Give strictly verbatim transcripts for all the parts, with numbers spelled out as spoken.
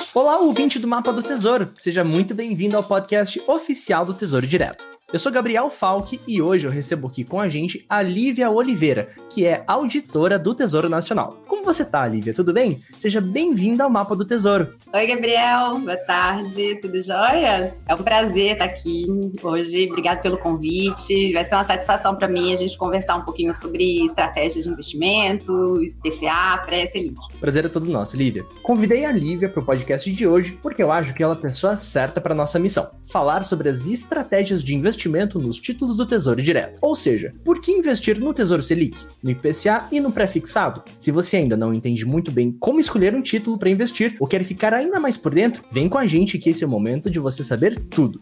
Olá, ouvinte do Mapa do Tesouro! Seja muito bem-vindo ao podcast oficial do Tesouro Direto. Eu sou Gabriel Falck e hoje eu recebo aqui com a gente a Lívia Oliveira, que é auditora do Tesouro Nacional. Como você tá, Lívia? Tudo bem? Seja bem-vinda ao Mapa do Tesouro. Oi, Gabriel. Boa tarde. Tudo jóia? É um prazer estar aqui hoje. Obrigado pelo convite. Vai ser uma satisfação para mim a gente conversar um pouquinho sobre estratégias de investimento, I P C A, pré-Selic. Prazer é todo nosso, Lívia. Convidei a Lívia para o podcast de hoje porque eu acho que ela é a pessoa certa para nossa missão. Falar sobre as estratégias de investimento nos títulos do Tesouro Direto. Ou seja, por que investir no Tesouro Selic, no I P C A e no pré-fixado? Se você ainda não entende muito bem como escolher um título para investir ou quer ficar ainda mais por dentro, vem com a gente que esse é o momento de você saber tudo.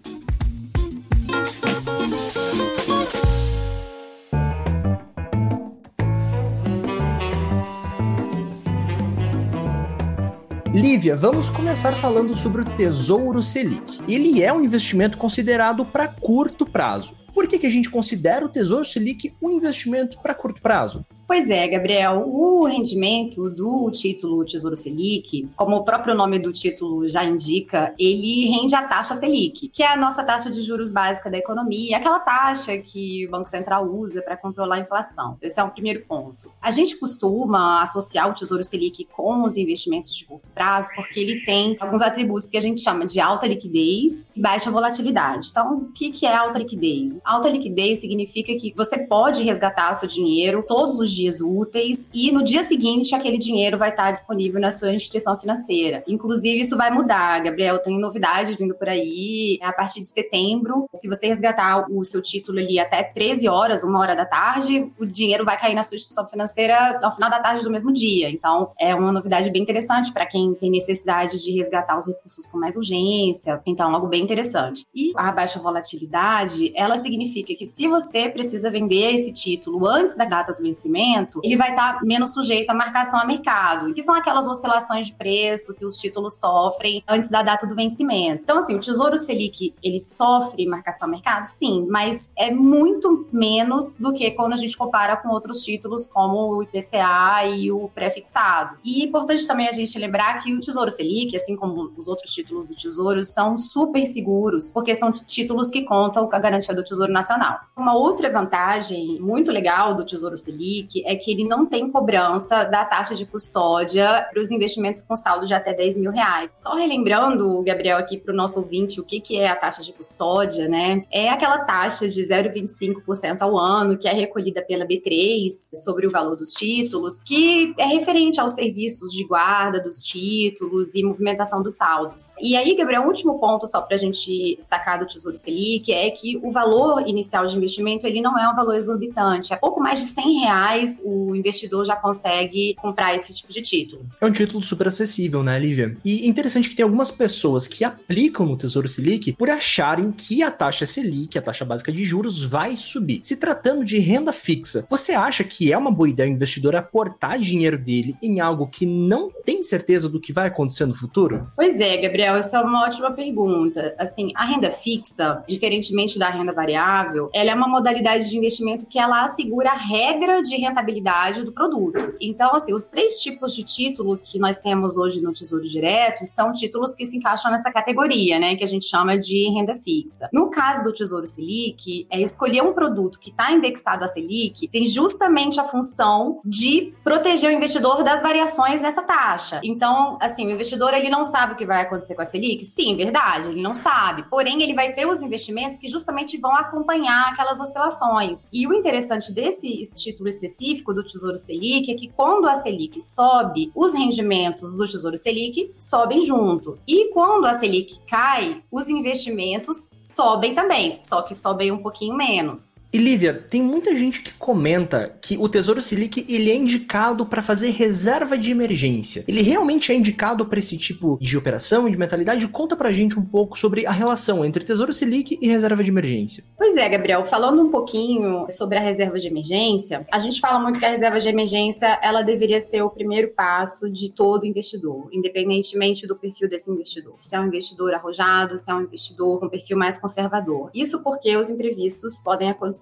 Lívia, vamos começar falando sobre o Tesouro Selic. Ele é um investimento considerado para curto prazo. Por que que a gente considera o Tesouro Selic um investimento para curto prazo? Pois é, Gabriel, o rendimento do título Tesouro Selic, como o próprio nome do título já indica, ele rende a taxa Selic, que é a nossa taxa de juros básica da economia, aquela taxa que o Banco Central usa para controlar a inflação. Esse é um primeiro ponto. A gente costuma associar o Tesouro Selic com os investimentos de curto prazo, porque ele tem alguns atributos que a gente chama de alta liquidez e baixa volatilidade. Então, o que que é alta liquidez? Alta liquidez significa que você pode resgatar o seu dinheiro todos os dias úteis e no dia seguinte aquele dinheiro vai estar disponível na sua instituição financeira. Inclusive, isso vai mudar, Gabriel, tem novidade vindo por aí. A partir de setembro, se você resgatar o seu título ali até treze horas, uma hora da tarde, o dinheiro vai cair na sua instituição financeira ao final da tarde do mesmo dia. Então, é uma novidade bem interessante para quem tem necessidade de resgatar os recursos com mais urgência. Então, algo bem interessante. E a baixa volatilidade, ela significa que se você precisa vender esse título antes da data do vencimento, ele vai estar menos sujeito à marcação a mercado, que são aquelas oscilações de preço que os títulos sofrem antes da data do vencimento. Então, assim, o Tesouro Selic, ele sofre marcação a mercado? Sim, mas é muito menos do que quando a gente compara com outros títulos como o I P C A e o pré-fixado. E é importante também a gente lembrar que o Tesouro Selic, assim como os outros títulos do Tesouro, são super seguros, porque são títulos que contam com a garantia do Tesouro Nacional. Uma outra vantagem muito legal do Tesouro Selic é que ele não tem cobrança da taxa de custódia para os investimentos com saldo de até dez mil reais. Só relembrando, Gabriel, aqui para o nosso ouvinte, o que, que é a taxa de custódia, né? É aquela taxa de zero vírgula vinte e cinco por cento ao ano que é recolhida pela B três sobre o valor dos títulos, que é referente aos serviços de guarda dos títulos e movimentação dos saldos. E aí, Gabriel, o último ponto só para a gente destacar do Tesouro Selic é que o valor inicial de investimento ele não é um valor exorbitante. É pouco mais de cem reais o investidor já consegue comprar esse tipo de título. É um título super acessível, né, Lívia? E interessante que tem algumas pessoas que aplicam no Tesouro Selic por acharem que a taxa Selic, a taxa básica de juros, vai subir. Se tratando de renda fixa, você acha que é uma boa ideia o investidor aportar dinheiro dele em algo que não tem certeza do que vai acontecer no futuro? Pois é, Gabriel, essa é uma ótima pergunta. Assim, a renda fixa, diferentemente da renda variável, ela é uma modalidade de investimento que ela assegura a regra de rentabilidade do produto. Então, assim, os três tipos de título que nós temos hoje no Tesouro Direto são títulos que se encaixam nessa categoria, né, que a gente chama de renda fixa. No caso do Tesouro Selic, é escolher um produto que está indexado à Selic tem justamente a função de proteger o investidor das variações nessa taxa. Então, assim, o investidor ele não sabe o que vai acontecer com a Selic? Sim, verdade, ele não sabe. Porém, ele vai ter os investimentos que justamente vão acompanhar aquelas oscilações. E o interessante desse título específico do Tesouro Selic é que quando a Selic sobe, os rendimentos do Tesouro Selic sobem junto. E quando a Selic cai, os investimentos sobem também, só que sobem um pouquinho menos. E Lívia, tem muita gente que comenta que o Tesouro Selic ele é indicado para fazer reserva de emergência. Ele realmente é indicado para esse tipo de operação e de mentalidade? Conta pra gente um pouco sobre a relação entre Tesouro Selic e reserva de emergência. Pois é, Gabriel, falando um pouquinho sobre a reserva de emergência, a gente fala muito que a reserva de emergência ela deveria ser o primeiro passo de todo investidor, independentemente do perfil desse investidor. Se é um investidor arrojado, se é um investidor com perfil mais conservador. Isso porque os imprevistos podem acontecer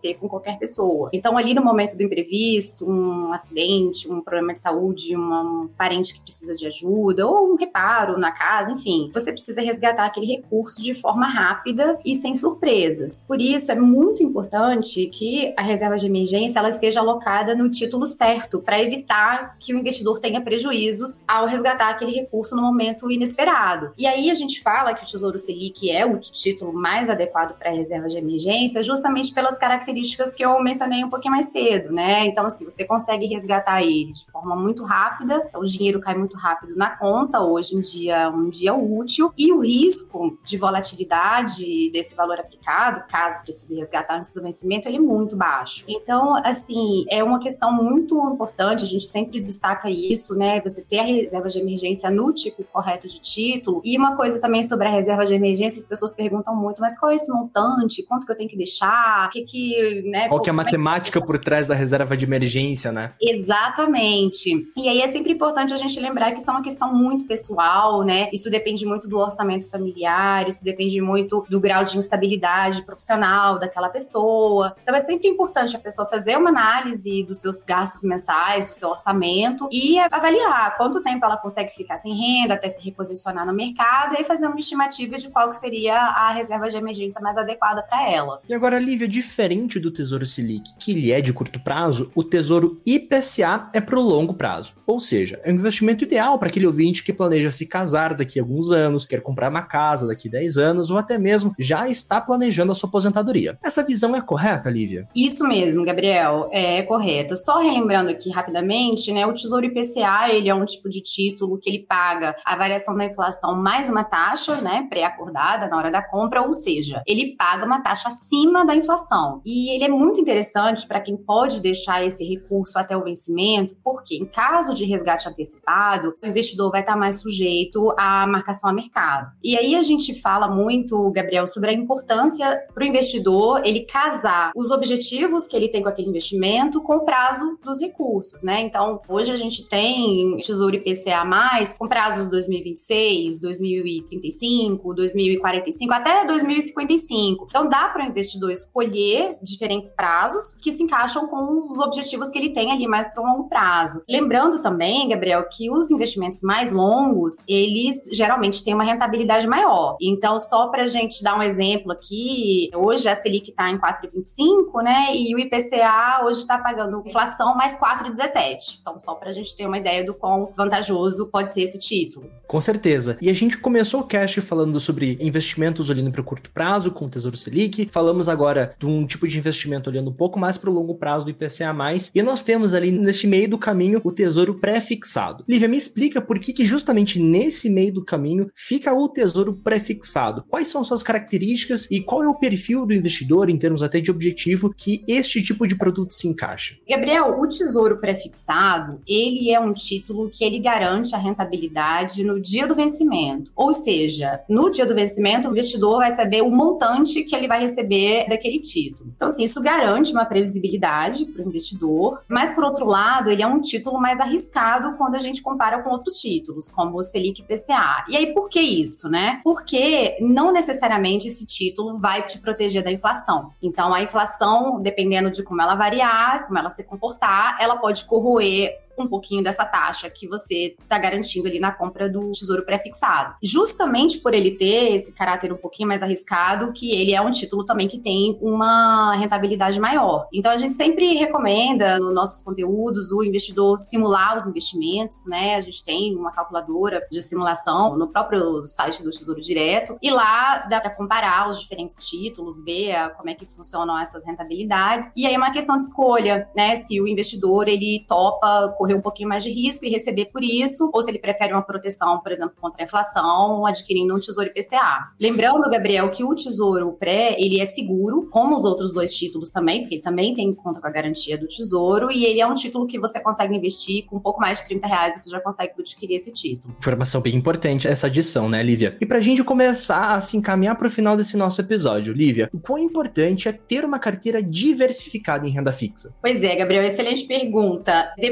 acontecer com qualquer pessoa. Então, ali no momento do imprevisto, um acidente, um problema de saúde, uma, um parente que precisa de ajuda, ou um reparo na casa, enfim, você precisa resgatar aquele recurso de forma rápida e sem surpresas. Por isso, é muito importante que a reserva de emergência ela esteja alocada no título certo, para evitar que o investidor tenha prejuízos ao resgatar aquele recurso no momento inesperado. E aí a gente fala que o Tesouro Selic é o título mais adequado para a reserva de emergência, justamente pelas características que eu mencionei um pouquinho mais cedo, né? Então, assim, você consegue resgatar ele de forma muito rápida, o dinheiro cai muito rápido na conta, hoje em dia é um dia útil, e o risco de volatilidade desse valor aplicado, caso precise resgatar antes do vencimento, ele é muito baixo. Então, assim, é uma questão muito importante, a gente sempre destaca isso, né? Você ter a reserva de emergência no tipo correto de título. E uma coisa também sobre a reserva de emergência, as pessoas perguntam muito, mas qual é esse montante? Quanto que eu tenho que deixar? O que que, né? Qual que é a matemática por trás da reserva de emergência, né? Exatamente. E aí é sempre importante a gente lembrar que isso é uma questão muito pessoal, né? Isso depende muito do orçamento familiar, isso depende muito do grau de instabilidade profissional daquela pessoa. Então é sempre importante a pessoa fazer uma análise dos seus gastos mensais, do seu orçamento e avaliar quanto tempo ela consegue ficar sem renda até se reposicionar no mercado e fazer uma estimativa de qual que seria a reserva de emergência mais adequada para ela. E agora, Lívia, diferente do Tesouro Selic, que ele é de curto prazo, o Tesouro I P C A é para o longo prazo. Ou seja, é um investimento ideal para aquele ouvinte que planeja se casar daqui a alguns anos, quer comprar uma casa daqui a dez anos ou até mesmo já está planejando a sua aposentadoria. Essa visão é correta, Lívia? Isso mesmo, Gabriel, é correta. Só relembrando aqui rapidamente, né, o Tesouro I P C A, ele é um tipo de título que ele paga a variação da inflação mais uma taxa, né, pré-acordada na hora da compra, ou seja, ele paga uma taxa acima da inflação. E ele é muito interessante para quem pode deixar esse recurso até o vencimento, porque em caso de resgate antecipado, o investidor vai estar mais sujeito à marcação a mercado. E aí a gente fala muito, Gabriel, sobre a importância para o investidor ele casar os objetivos que ele tem com aquele investimento com o prazo dos recursos, né? Então, hoje a gente tem Tesouro I P C A mais, com prazos dois mil e vinte e seis, dois mil e trinta e cinco, dois mil e quarenta e cinco, até dois mil e cinquenta e cinco. Então, dá para o investidor escolher diferentes prazos que se encaixam com os objetivos que ele tem ali mais para o longo prazo. Lembrando também, Gabriel, que os investimentos mais longos, eles geralmente têm uma rentabilidade maior. Então, só para a gente dar um exemplo aqui, hoje a Selic está em quatro vírgula vinte e cinco, né? E o I P C A hoje está pagando inflação mais quatro vírgula dezessete. Então, só para a gente ter uma ideia do quão vantajoso pode ser esse título. Com certeza. E a gente começou o cast falando sobre investimentos olhando para o curto prazo com o Tesouro Selic. Falamos agora de um tipo de investimento olhando um pouco mais para o longo prazo do I P C A mais. E nós temos ali nesse meio do caminho o Tesouro Pré-fixado. Lívia, me explica por que, que justamente nesse meio do caminho fica o Tesouro Pré-fixado. Quais são suas características e qual é o perfil do investidor em termos até de objetivo que este tipo de produto se encaixa? Gabriel, o Tesouro Pré-fixado, ele é um título que ele garante a rentabilidade no dia do vencimento. Ou seja, no dia do vencimento, o investidor vai saber o montante que ele vai receber daquele título. Então, assim, isso garante uma previsibilidade para o investidor, mas, por outro lado, ele é um título mais arriscado quando a gente compara com outros títulos, como o Selic e I P C A. E aí, por que isso, né? Porque não necessariamente esse título vai te proteger da inflação. Então, a inflação, dependendo de como ela variar, como ela se comportar, ela pode corroer um pouquinho dessa taxa que você está garantindo ali na compra do Tesouro Pré-fixado. Justamente por ele ter esse caráter um pouquinho mais arriscado, que ele é um título também que tem uma rentabilidade maior. Então, a gente sempre recomenda nos nossos conteúdos o investidor simular os investimentos, né? A gente tem uma calculadora de simulação no próprio site do Tesouro Direto e lá dá para comparar os diferentes títulos, ver como é que funcionam essas rentabilidades. E aí é uma questão de escolha, né? Se o investidor, ele topa correr um pouquinho mais de risco e receber por isso, ou se ele prefere uma proteção, por exemplo, contra a inflação, adquirindo um Tesouro I P C A. Lembrando, Gabriel, que o Tesouro Pré, ele é seguro, como os outros dois títulos também, porque ele também tem conta com a garantia do Tesouro, e ele é um título que você consegue investir com um pouco mais de trinta reais, você já consegue adquirir esse título. Informação bem importante essa adição, né, Lívia? E pra gente começar a se encaminhar pro final desse nosso episódio, Lívia, o quão importante é ter uma carteira diversificada em renda fixa? Pois é, Gabriel, excelente pergunta. Depois da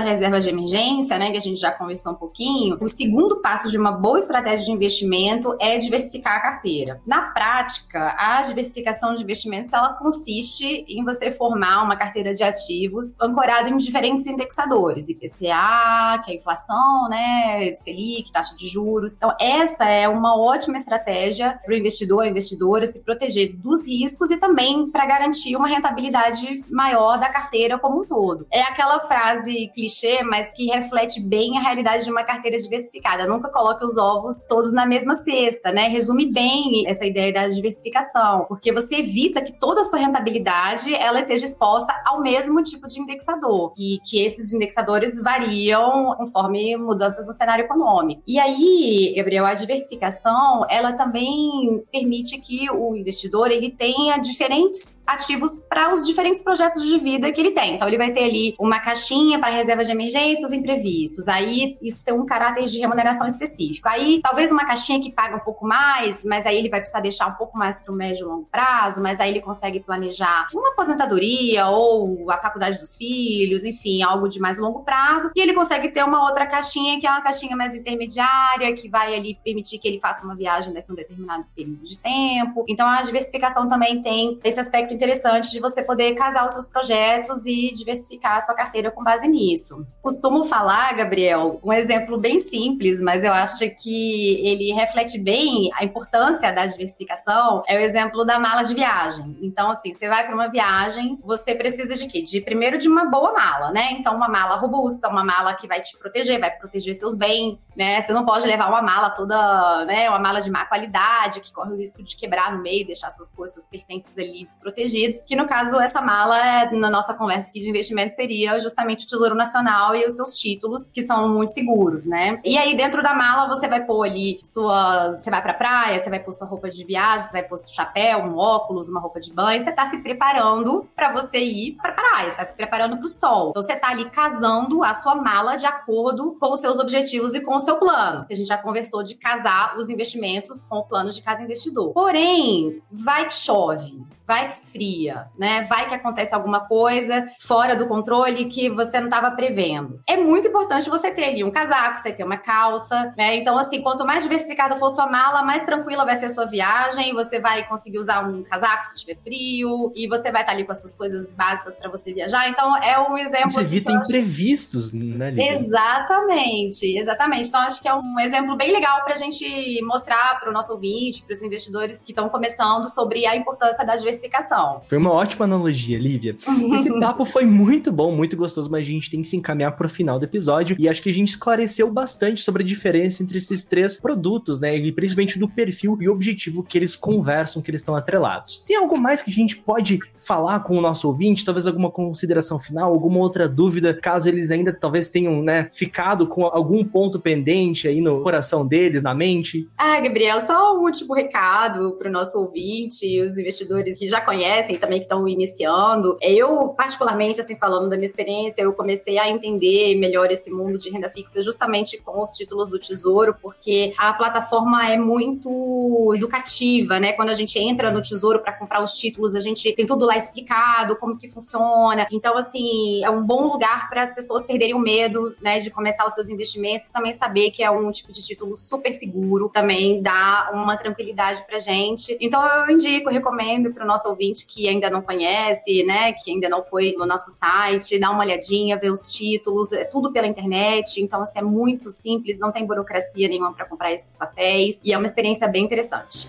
reserva de emergência, né, que a gente já conversou um pouquinho, o segundo passo de uma boa estratégia de investimento é diversificar a carteira. Na prática, a diversificação de investimentos, ela consiste em você formar uma carteira de ativos ancorada em diferentes indexadores, I P C A, que é a inflação, né, Selic, taxa de juros. Então, essa é uma ótima estratégia para o investidor, a investidora se proteger dos riscos e também para garantir uma rentabilidade maior da carteira como um todo. É aquela frase clichê, mas que reflete bem a realidade de uma carteira diversificada. Nunca coloque os ovos todos na mesma cesta, né? Resume bem essa ideia da diversificação, porque você evita que toda a sua rentabilidade ela esteja exposta ao mesmo tipo de indexador e que esses indexadores variam conforme mudanças no cenário econômico. E aí, Gabriel, a diversificação, ela também permite que o investidor ele tenha diferentes ativos para os diferentes projetos de vida que ele tem. Então, ele vai ter ali uma caixinha para reserva de emergência, os imprevistos. Aí, isso tem um caráter de remuneração específico. Aí, talvez uma caixinha que paga um pouco mais, mas aí ele vai precisar deixar um pouco mais para o médio e longo prazo, mas aí ele consegue planejar uma aposentadoria ou a faculdade dos filhos, enfim, algo de mais longo prazo. E ele consegue ter uma outra caixinha, que é uma caixinha mais intermediária, que vai ali permitir que ele faça uma viagem daqui a um determinado período de tempo. Então, a diversificação também tem esse aspecto interessante de você poder casar os seus projetos e diversificar a sua carteira com base nisso. Costumo falar, Gabriel, um exemplo bem simples, mas eu acho que ele reflete bem a importância da diversificação, é o exemplo da mala de viagem. Então, assim, você vai para uma viagem, você precisa de quê? De, primeiro, de uma boa mala, né? Então, uma mala robusta, uma mala que vai te proteger, vai proteger seus bens, né? Você não pode levar uma mala toda, né? Uma mala de má qualidade, que corre o risco de quebrar no meio, deixar suas coisas, seus pertences ali desprotegidos, que no caso, essa mala, na nossa conversa aqui de investimento, seria justamente o Tesouro Nacional e os seus títulos, que são muito seguros, né? E aí, dentro da mala, você vai pôr ali sua... Você vai pra praia, você vai pôr sua roupa de viagem, você vai pôr seu chapéu, um óculos, uma roupa de banho, você tá se preparando pra você ir pra praia, você tá se preparando pro sol. Então, você tá ali casando a sua mala de acordo com os seus objetivos e com o seu plano. A gente já conversou de casar os investimentos com o plano de cada investidor. Porém, vai que chove, vai que esfria, né? Vai que acontece alguma coisa fora do controle que você não estava prevendo. É muito importante você ter ali um casaco, você ter uma calça, né? Então, assim, quanto mais diversificada for sua mala, mais tranquila vai ser a sua viagem, você vai conseguir usar um casaco se tiver frio, e você vai estar ali com as suas coisas básicas para você viajar. Então, é um exemplo... Você evita assim, imprevistos, né, Lívia? Exatamente, exatamente. Então, acho que é um exemplo bem legal pra gente mostrar para o nosso ouvinte, para os investidores que estão começando sobre a importância da diversificação. Foi uma ótima analogia, Lívia. Esse papo foi muito bom, muito gostoso, mas a gente tem que se encaminhar pro final do episódio, e acho que a gente esclareceu bastante sobre a diferença entre esses três produtos, né, e principalmente do perfil e objetivo que eles conversam, que eles estão atrelados. Tem algo mais que a gente pode falar com o nosso ouvinte? Talvez alguma consideração final, alguma outra dúvida, caso eles ainda talvez tenham, né, ficado com algum ponto pendente aí no coração deles, na mente? Ah, Gabriel, só um último recado pro nosso ouvinte, os investidores que já conhecem também, que estão iniciando. Eu, particularmente, assim, falando da minha experiência, eu comecei a entender melhor esse mundo de renda fixa justamente com os títulos do Tesouro, porque a plataforma é muito educativa, né? Quando a gente entra no Tesouro para comprar os títulos, a gente tem tudo lá explicado, como que funciona. Então, assim, é um bom lugar para as pessoas perderem o medo, né, de começar os seus investimentos e também saber que é um tipo de título super seguro, também dá uma tranquilidade pra gente. Então, eu indico, recomendo para o nosso ouvinte que ainda não conhece, né, que ainda não foi no nosso site, dá uma olhadinha, ver os títulos, é tudo pela internet, então, assim, é muito simples, não tem burocracia nenhuma para comprar esses papéis e é uma experiência bem interessante.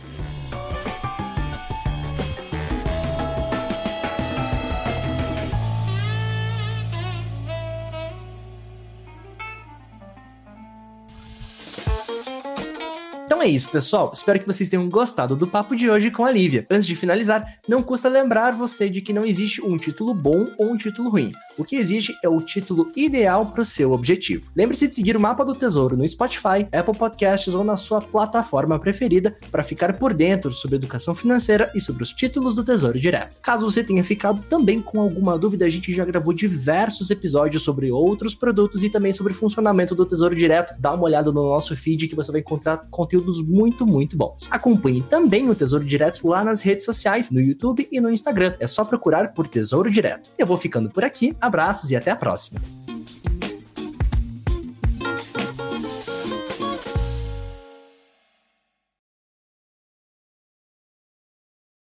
Então é isso, pessoal. Espero que vocês tenham gostado do papo de hoje com a Lívia. Antes de finalizar, não custa lembrar você de que não existe um título bom ou um título ruim. O que existe é o título ideal para o seu objetivo. Lembre-se de seguir o Mapa do Tesouro no Spotify, Apple Podcasts ou na sua plataforma preferida para ficar por dentro sobre educação financeira e sobre os títulos do Tesouro Direto. Caso você tenha ficado também com alguma dúvida, a gente já gravou diversos episódios sobre outros produtos e também sobre o funcionamento do Tesouro Direto. Dá uma olhada no nosso feed que você vai encontrar conteúdos muito, muito bons. Acompanhe também o Tesouro Direto lá nas redes sociais, no YouTube e no Instagram. É só procurar por Tesouro Direto. Eu vou ficando por aqui. Abraços e até a próxima.